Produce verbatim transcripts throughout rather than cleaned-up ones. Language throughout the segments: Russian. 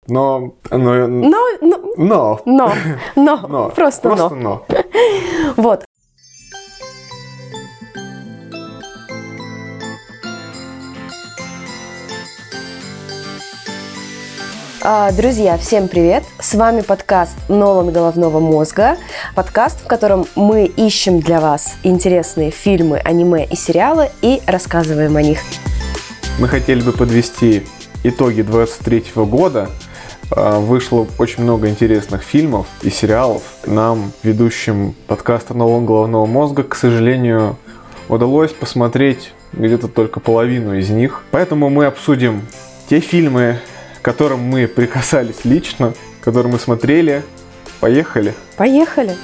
Но... Но... Но... Но... Но. Но. Но. Но. Просто, Просто но. но. Вот. Друзья, всем привет! С вами подкаст «Нолан головного мозга». Подкаст, в котором мы ищем для вас интересные фильмы, аниме и сериалы и рассказываем о них. Мы хотели бы подвести итоги двадцать третьего года. Вышло очень много интересных фильмов и сериалов. Нам, ведущим подкаста «Нолан головного мозга», к сожалению, удалось посмотреть где-то только половину из них. Поэтому мы обсудим те фильмы, к которым мы прикасались лично, которые мы смотрели. Поехали! Поехали!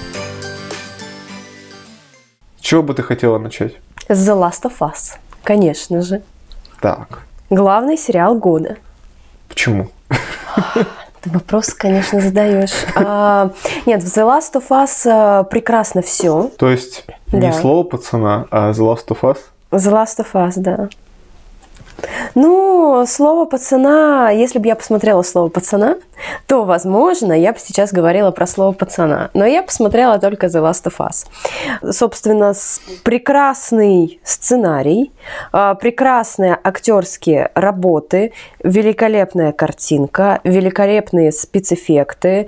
С чего бы ты хотела начать? The Last of Us, конечно же. Так. Главный сериал года. Почему? Ты вопрос, конечно, задаешь. А, нет, в The Last of Us а, прекрасно все. То есть Да. не слово пацана, а The Last of Us? The Last of Us, да. Ну, слово пацана, если бы я посмотрела слово пацана, то, возможно, я бы сейчас говорила про слово пацана. Но я посмотрела только The Last of Us. Собственно, прекрасный сценарий, прекрасные актерские работы, великолепная картинка, великолепные спецэффекты,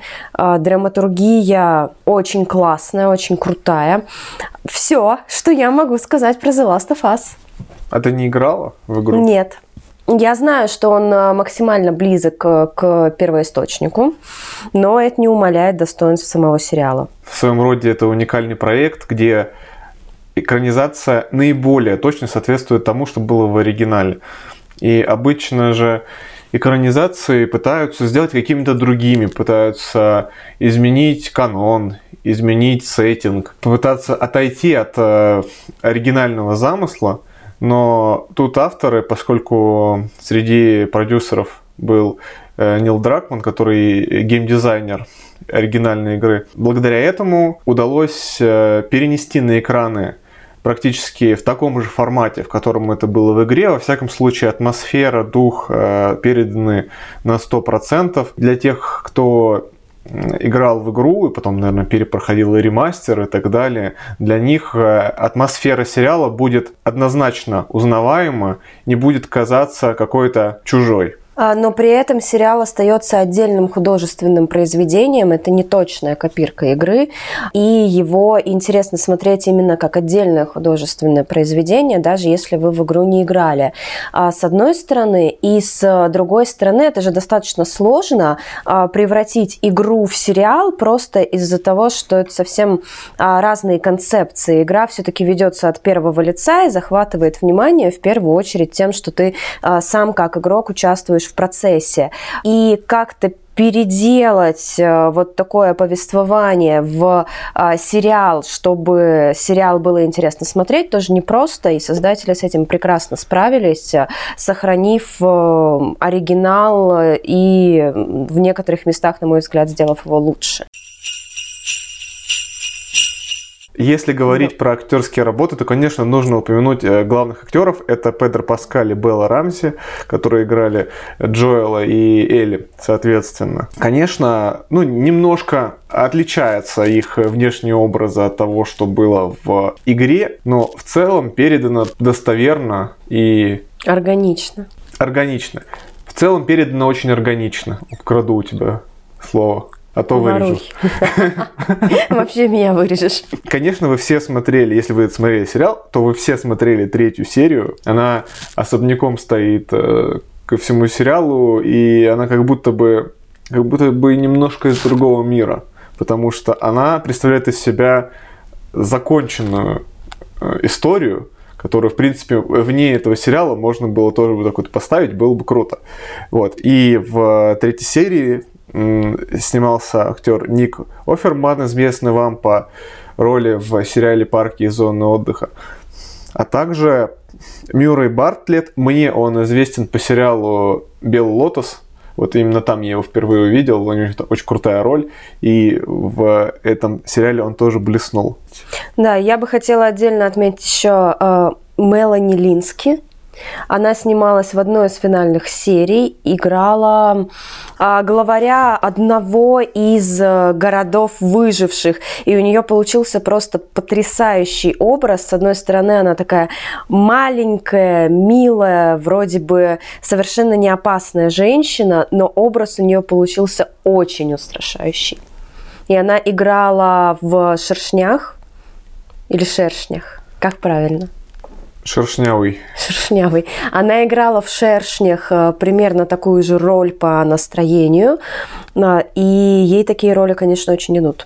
драматургия очень классная, очень крутая. Все, что я могу сказать про The Last of Us. А ты не играла в игру? Нет. Я знаю, что он максимально близок к первоисточнику, но это не умаляет достоинств самого сериала. В своем роде это уникальный проект, где экранизация наиболее точно соответствует тому, что было в оригинале. И обычно же экранизации пытаются сделать какими-то другими, пытаются изменить канон, изменить сеттинг, попытаться отойти от э, оригинального замысла. Но тут авторы, поскольку среди продюсеров был э, Нил Дракман, который геймдизайнер оригинальной игры, благодаря этому удалось э, перенести на экраны практически в таком же формате, в котором это было в игре. Во всяком случае, атмосфера, дух э, переданы на сто процентов. Для тех, кто играл в игру и потом, наверное, перепроходил и ремастер и так далее, для них атмосфера сериала будет однозначно узнаваема, не будет казаться какой-то чужой. Но при этом сериал остается отдельным художественным произведением. Это не точная копирка игры. И его интересно смотреть именно как отдельное художественное произведение, даже если вы в игру не играли. А с одной стороны. И с другой стороны, это же достаточно сложно превратить игру в сериал просто из-за того, что это совсем разные концепции. Игра все-таки ведется от первого лица и захватывает внимание в первую очередь тем, что ты сам как игрок участвуешь в процессе. И как-то переделать вот такое повествование в сериал, чтобы сериал было интересно смотреть, тоже непросто, и создатели с этим прекрасно справились, сохранив оригинал и в некоторых местах, на мой взгляд, сделав его лучше. Если говорить да. про актерские работы, то, конечно, нужно упомянуть главных актеров. Это Педро Паскаль и Белла Рамси, которые играли Джоэла и Элли, соответственно. Конечно, ну, немножко отличается их внешний образ от того, что было в игре, но в целом передано достоверно и... Органично. Органично. В целом передано очень органично. Украду у тебя слово. А то вырежу. Вообще меня вырежешь. Конечно, вы все смотрели, если вы смотрели сериал, то вы все смотрели третью серию. Она особняком стоит э, ко всему сериалу, и она как будто бы, как будто бы немножко из другого мира. Потому что она представляет из себя законченную э, историю, которую, в принципе, вне этого сериала можно было тоже вот так вот поставить, было бы круто. Вот. И в третьей серии снимался актер Ник Офферман, известный вам по роли в сериале «Парки и зоны отдыха». А также Мюррей Бартлетт. Мне он известен по сериалу «Белый лотос». Вот именно там я его впервые увидел. У него очень крутая роль. И в этом сериале он тоже блеснул. Да, я бы хотела отдельно отметить еще э, Мелани Лински. Она снималась в одной из финальных серий, играла главаря одного из городов выживших, и у нее получился просто потрясающий образ. С одной стороны, она такая маленькая, милая, вроде бы совершенно не опасная женщина, но образ у нее получился очень устрашающий. И она играла в «Шершнях» или «Шершнях», как правильно? Шершнявый. Шершнявый. Она играла в «Шершнях» примерно такую же роль по настроению, и ей такие роли, конечно, очень идут.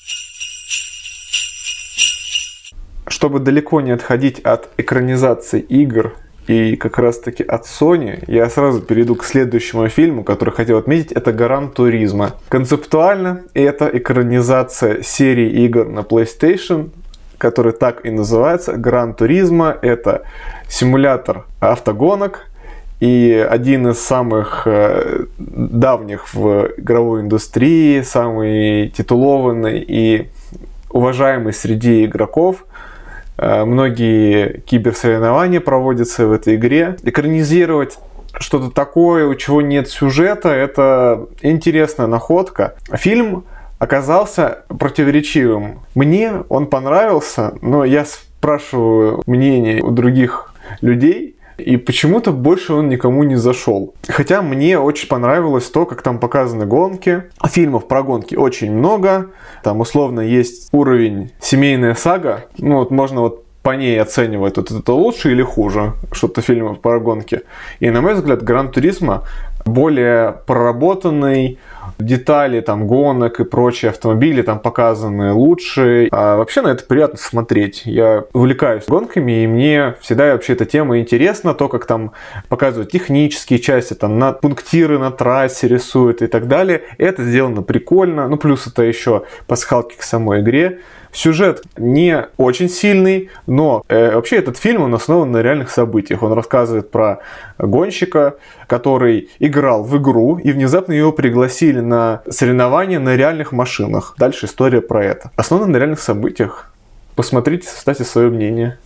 Чтобы далеко не отходить от экранизации игр и как раз-таки от Sony, я сразу перейду к следующему фильму, который хотел отметить. Это «Гран Туризмо». Концептуально это экранизация серии игр на PlayStation, который так и называется. «Гран Туризмо» — это симулятор автогонок и один из самых э, давних в игровой индустрии, самый титулованный и уважаемый среди игроков. Многие киберсоревнования проводятся в этой игре. Экранизировать что-то такое, у чего нет сюжета, это интересная находка. Фильм оказался противоречивым. Мне он понравился, но я спрашиваю мнение у других людей, и почему-то больше он никому не зашел. Хотя мне очень понравилось то, как там показаны гонки. Фильмов про гонки очень много. Там условно есть уровень «Семейная сага». Ну вот можно вот по ней оценивать, вот это лучше или хуже, что-то фильмов про гонки. И на мой взгляд, «Гран Туризмо» более проработанный, детали там гонок и прочие автомобили там показаны лучше. А вообще на это приятно смотреть. Я увлекаюсь гонками, и мне всегда вообще эта тема интересна. То, как там показывают технические части, там на пунктиры на трассе рисуют и так далее. Это сделано прикольно. Ну, плюс это еще пасхалки к самой игре. Сюжет не очень сильный, но э, вообще этот фильм, он основан на реальных событиях. Он рассказывает про гонщика, который играл в игру, и внезапно его пригласили на соревнования на реальных машинах. Дальше история про это. Основан на реальных событиях. Посмотрите, составьте свое мнение.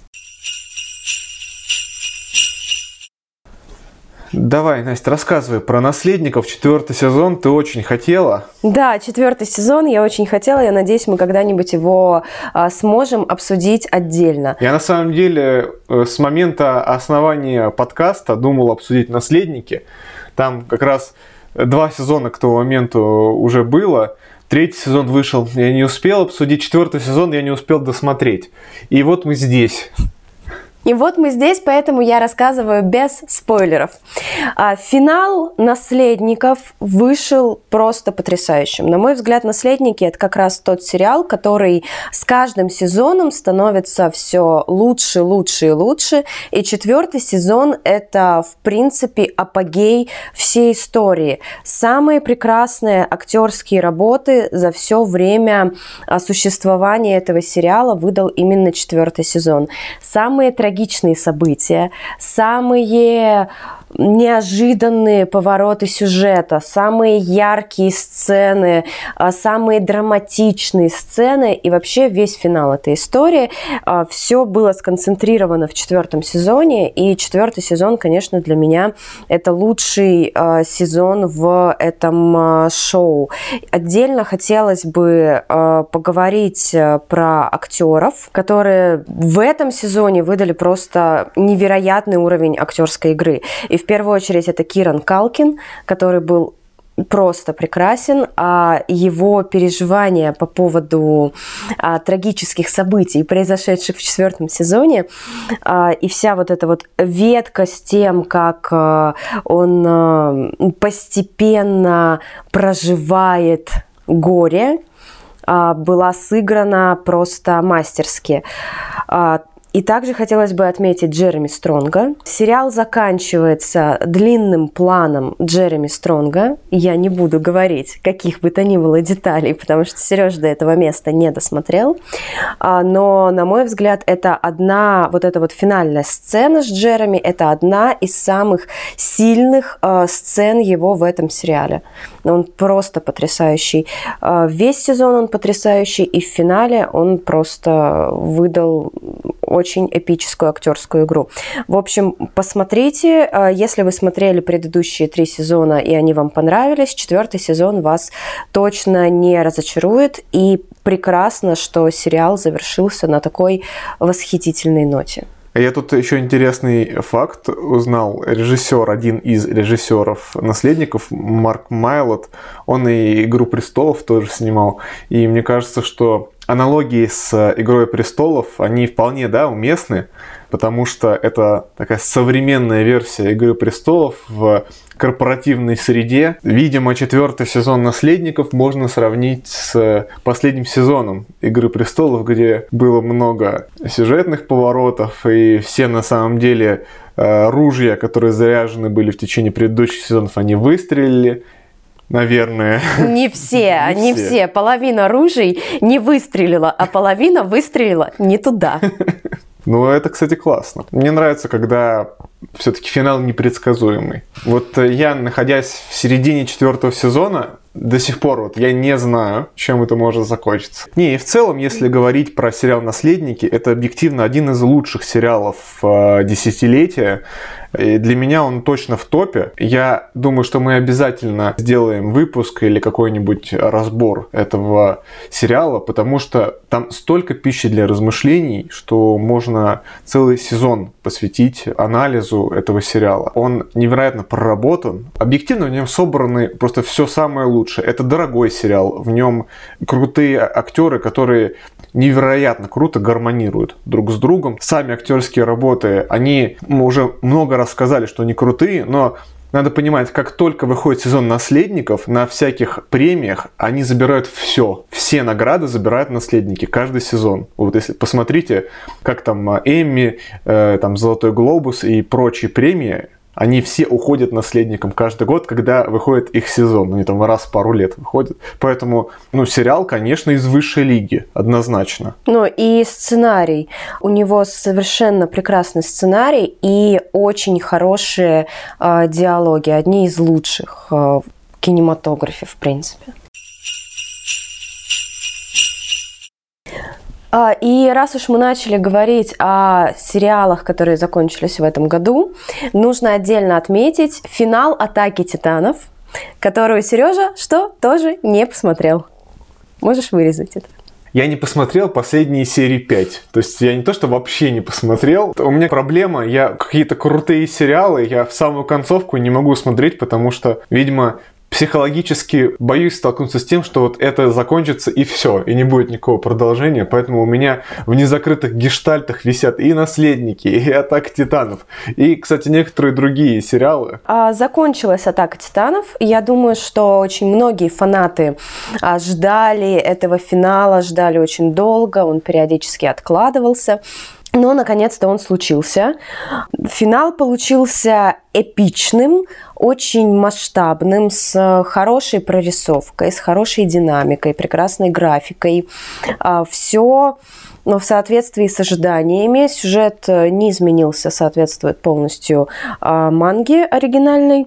Давай, Настя, рассказывай про «Наследников». Четвертый сезон ты очень хотела. Да, четвертый сезон я очень хотела. Я надеюсь, мы когда-нибудь его а, сможем обсудить отдельно. Я на самом деле с момента основания подкаста думал обсудить «Наследники». Там как раз два сезона к тому моменту уже было. Третий сезон вышел, я не успел обсудить. Четвертый сезон я не успел досмотреть. И вот мы здесь. И вот мы здесь, поэтому я рассказываю без спойлеров. Финал «Наследников» вышел просто потрясающим. На мой взгляд, «Наследники» — это как раз тот сериал, который с каждым сезоном становится все лучше, лучше и лучше. И четвертый сезон — это, в принципе, апогей всей истории. Самые прекрасные актерские работы за все время существования этого сериала выдал именно четвертый сезон. Самые трагичные трагичные события, самые неожиданные повороты сюжета, самые яркие сцены, самые драматичные сцены и вообще весь финал этой истории. Все было сконцентрировано в четвертом сезоне, и четвертый сезон, конечно, для меня это лучший сезон в этом шоу. Отдельно хотелось бы поговорить про актеров, которые в этом сезоне выдали просто невероятный уровень актерской игры. И в первую очередь это Киран Калкин, который был просто прекрасен, а его переживания по поводу а, трагических событий, произошедших в четвертом сезоне, а, и вся вот эта вот ветка с тем, как а, он а, постепенно проживает горе, а, была сыграна просто мастерски. А, И также хотелось бы отметить Джереми Стронга. Сериал заканчивается длинным планом Джереми Стронга. Я не буду говорить каких бы то ни было деталей, потому что Сережа до этого места не досмотрел. Но, на мой взгляд, это одна, вот эта вот финальная сцена с Джереми, это одна из самых сильных сцен его в этом сериале. Он просто потрясающий. Весь сезон он потрясающий, и в финале он просто выдал очень эпическую актерскую игру. В общем, посмотрите, если вы смотрели предыдущие три сезона и они вам понравились, четвертый сезон вас точно не разочарует, и прекрасно, что сериал завершился на такой восхитительной ноте. Я тут еще интересный факт узнал. Режиссер, один из режиссеров «Наследников», Марк Майлот, он и «Игру престолов» тоже снимал. И мне кажется, что аналогии с «Игрой престолов», они вполне, да, уместны, потому что это такая современная версия «Игры престолов» в корпоративной среде. Видимо, четвертый сезон «Наследников» можно сравнить с последним сезоном «Игры престолов», где было много сюжетных поворотов, и все на самом деле ружья, которые заряжены были в течение предыдущих сезонов, они выстрелили. Наверное. Не все, не, не все. все. Половина ружей не выстрелила, а половина выстрелила не туда. Ну, это, кстати, классно. Мне нравится, когда все-таки финал непредсказуемый. Вот я, находясь в середине четвертого сезона, до сих пор вот я не знаю, чем это может закончиться. Не, и в целом, если говорить про сериал «Наследники», это объективно один из лучших сериалов э, десятилетия. И для меня он точно в топе. Я думаю, что мы обязательно сделаем выпуск или какой-нибудь разбор этого сериала, потому что там столько пищи для размышлений, что можно целый сезон посвятить анализу этого сериала. Он невероятно проработан. Объективно в нем собраны просто все самое лучшее. Это дорогой сериал. В нем крутые актеры, которые невероятно круто гармонируют друг с другом. Сами актерские работы, они, мы уже много раз сказали, что они крутые, но надо понимать, как только выходит сезон «Наследников», на всяких премиях они забирают все. Все награды забирают «Наследники» каждый сезон. Вот если посмотрите, как там Эмми, э, там «Золотой глобус» и прочие премии, они все уходят «Наследникам» каждый год, когда выходит их сезон. Они там раз в пару лет выходят. Поэтому, ну, сериал, конечно, из высшей лиги, однозначно. Ну, и сценарий. У него совершенно прекрасный сценарий и очень хорошие э, диалоги. Одни из лучших э, в кинематографе, в принципе. И раз уж мы начали говорить о сериалах, которые закончились в этом году, нужно отдельно отметить финал «Атаки Титанов», которую Сережа, что, тоже не посмотрел. Можешь вырезать это? Я не посмотрел последние серии пять. То есть я не то, что вообще не посмотрел. У меня проблема, я какие-то крутые сериалы, я в самую концовку не могу смотреть, потому что, видимо, психологически боюсь столкнуться с тем, что вот это закончится и все, и не будет никакого продолжения, поэтому у меня в незакрытых гештальтах висят и «Наследники», и «Атака Титанов», и, кстати, некоторые другие сериалы. А, закончилась «Атака Титанов». Я думаю, что очень многие фанаты а, ждали этого финала, ждали очень долго, он периодически откладывался. Но, наконец-то, он случился. Финал получился эпичным, очень масштабным, с хорошей прорисовкой, с хорошей динамикой, прекрасной графикой. Все в соответствии с ожиданиями. Сюжет не изменился, соответствует полностью манге оригинальной.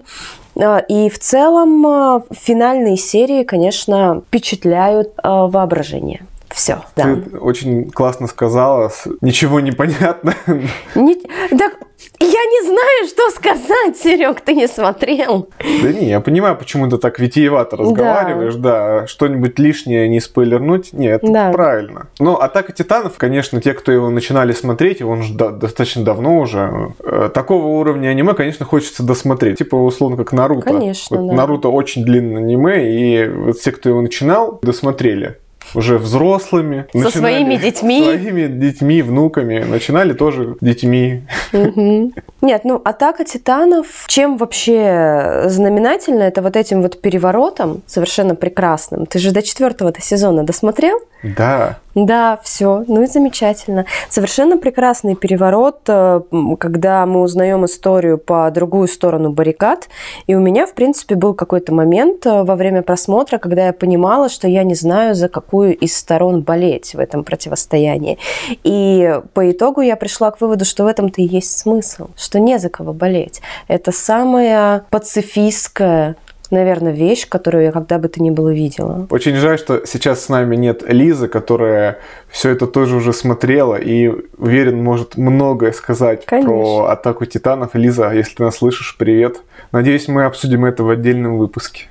И в целом финальные серии, конечно, впечатляют воображение. Все, да. Ты очень классно сказала, ничего не понятно. Не, да, я не знаю, что сказать, Серег, ты не смотрел. Да не, я понимаю, почему ты так витиевато разговариваешь, да, да что-нибудь лишнее не спойлернуть, нет, да. Это правильно. Но «Атака Титанов», конечно, те, кто его начинали смотреть, он же достаточно давно уже, такого уровня аниме, конечно, хочется досмотреть, типа условно как Наруто. Конечно, вот да. Наруто очень длинное аниме, и вот те, кто его начинал, досмотрели. Уже взрослыми. Со своими детьми. Своими детьми, внуками. Начинали тоже детьми. Угу. Нет, ну, «Атака Титанов», чем вообще знаменательно, это вот этим вот переворотом совершенно прекрасным. Ты же до четвертого-то сезона досмотрел? Да. Да, все, ну и замечательно. Совершенно прекрасный переворот, когда мы узнаем историю по другую сторону баррикад. И у меня, в принципе, был какой-то момент во время просмотра, когда я понимала, что я не знаю, за какую из сторон болеть в этом противостоянии. И по итогу я пришла к выводу, что в этом-то и есть смысл, что не за кого болеть. Это самая пацифистская, наверное, вещь, которую я когда бы то ни было видела. Очень жаль, что сейчас с нами нет Лизы, которая все это тоже уже смотрела и, уверен, может многое сказать Конечно. Про «Атаку титанов». Лиза, если ты нас слышишь, привет. Надеюсь, мы обсудим это в отдельном выпуске.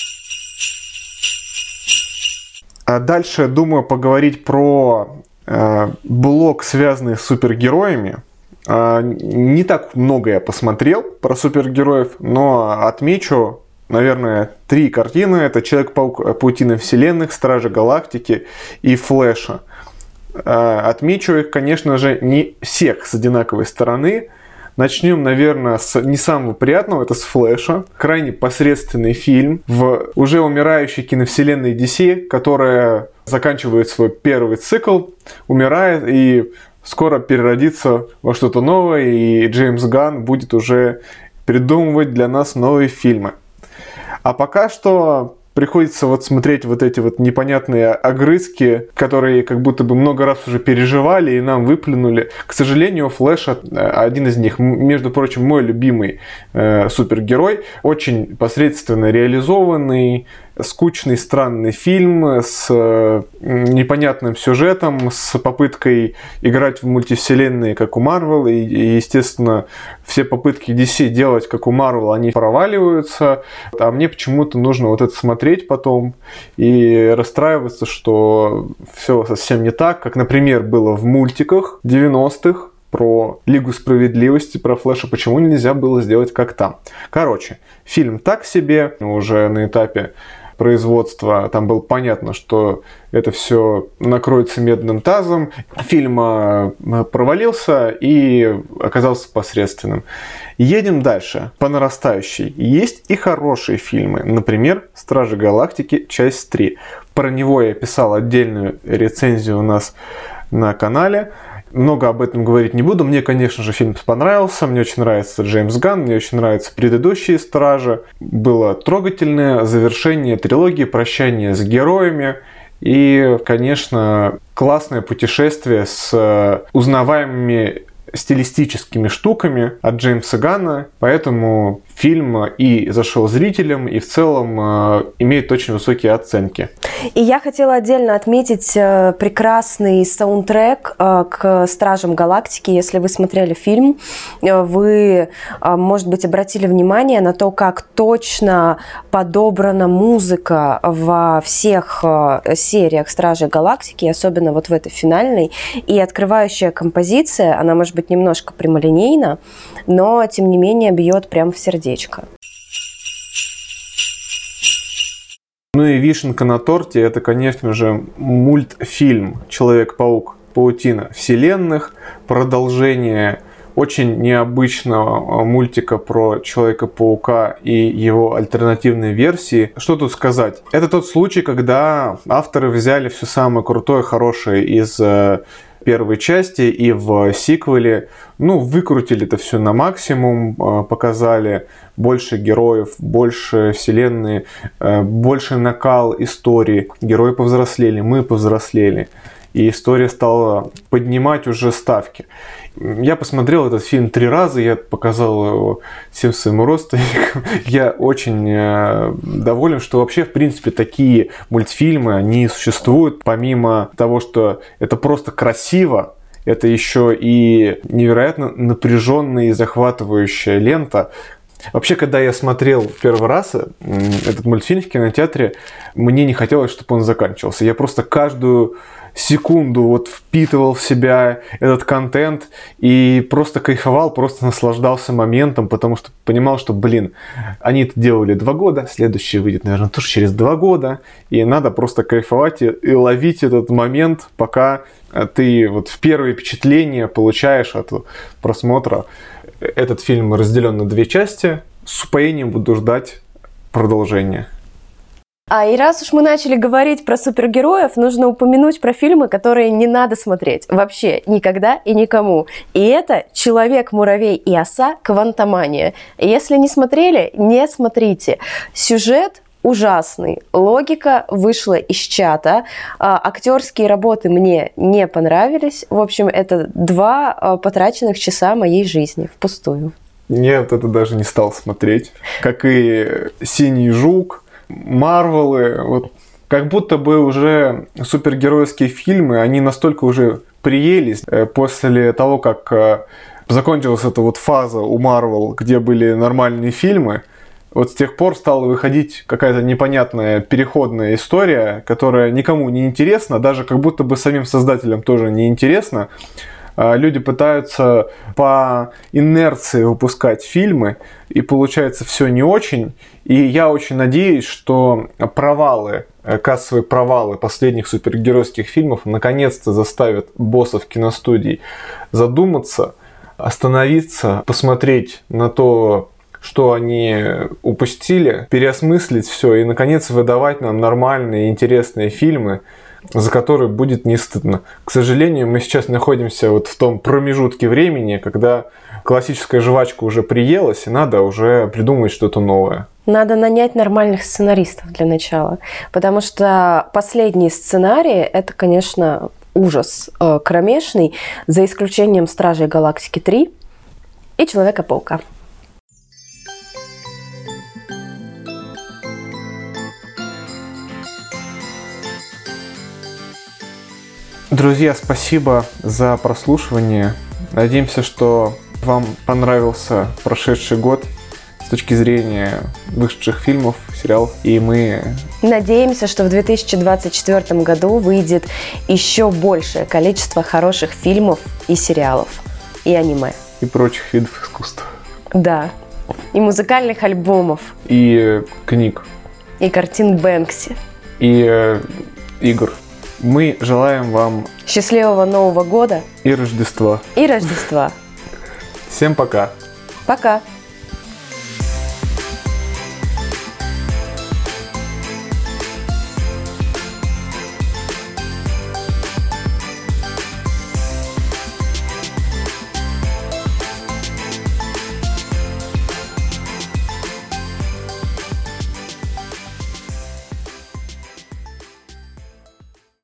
А дальше, думаю, поговорить про э, блок, связанный с супергероями. Э, не так много я посмотрел про супергероев, но отмечу, наверное, три картины. Это «Человек-паук. Паутина вселенных», «Стражи Галактики» и «Флэша». Э, отмечу их, конечно же, не всех с одинаковой стороны. Начнем, наверное, с не самого приятного, это с «Флэша». Крайне посредственный фильм в уже умирающей киновселенной ди си, которая заканчивает свой первый цикл, умирает и скоро переродится во что-то новое, и Джеймс Ганн будет уже придумывать для нас новые фильмы. А пока что приходится вот смотреть вот эти вот непонятные огрызки, которые как будто бы много раз уже переживали и нам выплюнули. К сожалению, «Флэш» один из них, между прочим, мой любимый э, супергерой, очень посредственно реализованный, скучный, странный фильм с э, непонятным сюжетом, с попыткой играть в мультивселенные, как у Marvel, и, и, естественно, все попытки ди си делать, как у Marvel, они проваливаются, а мне почему-то нужно вот это смотреть потом и расстраиваться, что все совсем не так, как, например, было в мультиках девяностых, про Лигу Справедливости, про Флэша, почему нельзя было сделать как там. Короче, фильм так себе, уже на этапе производства там было понятно, что это все накроется медным тазом. Фильм провалился и оказался посредственным. Едем дальше, по нарастающей. Есть и хорошие фильмы, например, «Стражи Галактики. Часть три». Про него я писал отдельную рецензию у нас на канале. Много об этом говорить не буду. Мне, конечно же, фильм понравился. Мне очень нравится Джеймс Ганн. Мне очень нравятся предыдущие «Стражи». Было трогательное завершение трилогии, прощание с героями. И, конечно, классное путешествие с узнаваемыми стилистическими штуками от Джеймса Ганна. Поэтому фильм и зашел зрителям, и в целом э, имеет очень высокие оценки. И я хотела отдельно отметить э, прекрасный саундтрек э, к «Стражам Галактики». Если вы смотрели фильм, э, вы, э, может быть, обратили внимание на то, как точно подобрана музыка во всех э, сериях «Стражей Галактики», особенно вот в этой финальной. И открывающая композиция, она может быть немножко прямолинейна, но, тем не менее, бьет прямо в сердечко. Ну и вишенка на торте, это, конечно же, мультфильм «Человек-паук. Паутина вселенных», продолжение очень необычного мультика про Человека-паука и его альтернативной версии. Что тут сказать? Это тот случай, когда авторы взяли все самое крутое, хорошее из первой части и в сиквеле, ну, выкрутили это все на максимум, показали больше героев, больше вселенной, больше накал истории. Герои повзрослели, мы повзрослели. И история стала поднимать уже ставки. Я посмотрел этот фильм три раза, я показал его всем своим родственникам. Я очень доволен, что вообще, в принципе, такие мультфильмы, они существуют. Помимо того, что это просто красиво, это еще и невероятно напряженная и захватывающая лента. Вообще, когда я смотрел в первый раз этот мультфильм в кинотеатре, мне не хотелось, чтобы он заканчивался. Я просто каждую секунду вот впитывал в себя этот контент и просто кайфовал, просто наслаждался моментом, потому что понимал, что, блин, они это делали два года, следующий выйдет, наверное, тоже через два года, и надо просто кайфовать и, и ловить этот момент, пока ты вот в первые впечатления получаешь от просмотра. Этот фильм разделен на две части. С упоением буду ждать продолжения. А и раз уж мы начали говорить про супергероев, нужно упомянуть про фильмы, которые не надо смотреть вообще никогда и никому. И это «Человек, муравей и оса. Квантомания». Если не смотрели, не смотрите. Сюжет ужасный. Логика вышла из чата. А, актерские работы мне не понравились. В общем, это два а, потраченных часа моей жизни впустую. Я вот это даже не стал смотреть. Как и «Синий жук», «Марвелы». Вот, как будто бы уже супергеройские фильмы, они настолько уже приелись после того, как закончилась эта вот фаза у Marvel, где были нормальные фильмы. Вот с тех пор стала выходить какая-то непонятная переходная история, которая никому не интересна, даже как будто бы самим создателям тоже не интересна. Люди пытаются по инерции выпускать фильмы, и получается все не очень. И я очень надеюсь, что провалы, кассовые провалы последних супергеройских фильмов наконец-то заставят боссов киностудий задуматься, остановиться, посмотреть на то, что они упустили, переосмыслить все и, наконец, выдавать нам нормальные, интересные фильмы, за которые будет не стыдно. К сожалению, мы сейчас находимся вот в том промежутке времени, когда классическая жвачка уже приелась, и надо уже придумать что-то новое. Надо нанять нормальных сценаристов для начала, потому что последние сценарии – это, конечно, ужас э, кромешный, за исключением «Стражей Галактики три» и «Человека-паука». Друзья, спасибо за прослушивание. Надеемся, что вам понравился прошедший год с точки зрения вышедших фильмов, сериалов. И мы надеемся, что в две тысячи двадцать четвёртом году выйдет еще большее количество хороших фильмов и сериалов, и аниме. И прочих видов искусства. Да. И музыкальных альбомов. И книг. И картин Бэнкси. И э, игр. Мы желаем вам счастливого Нового года и Рождества. И Рождества. Всем пока. Пока.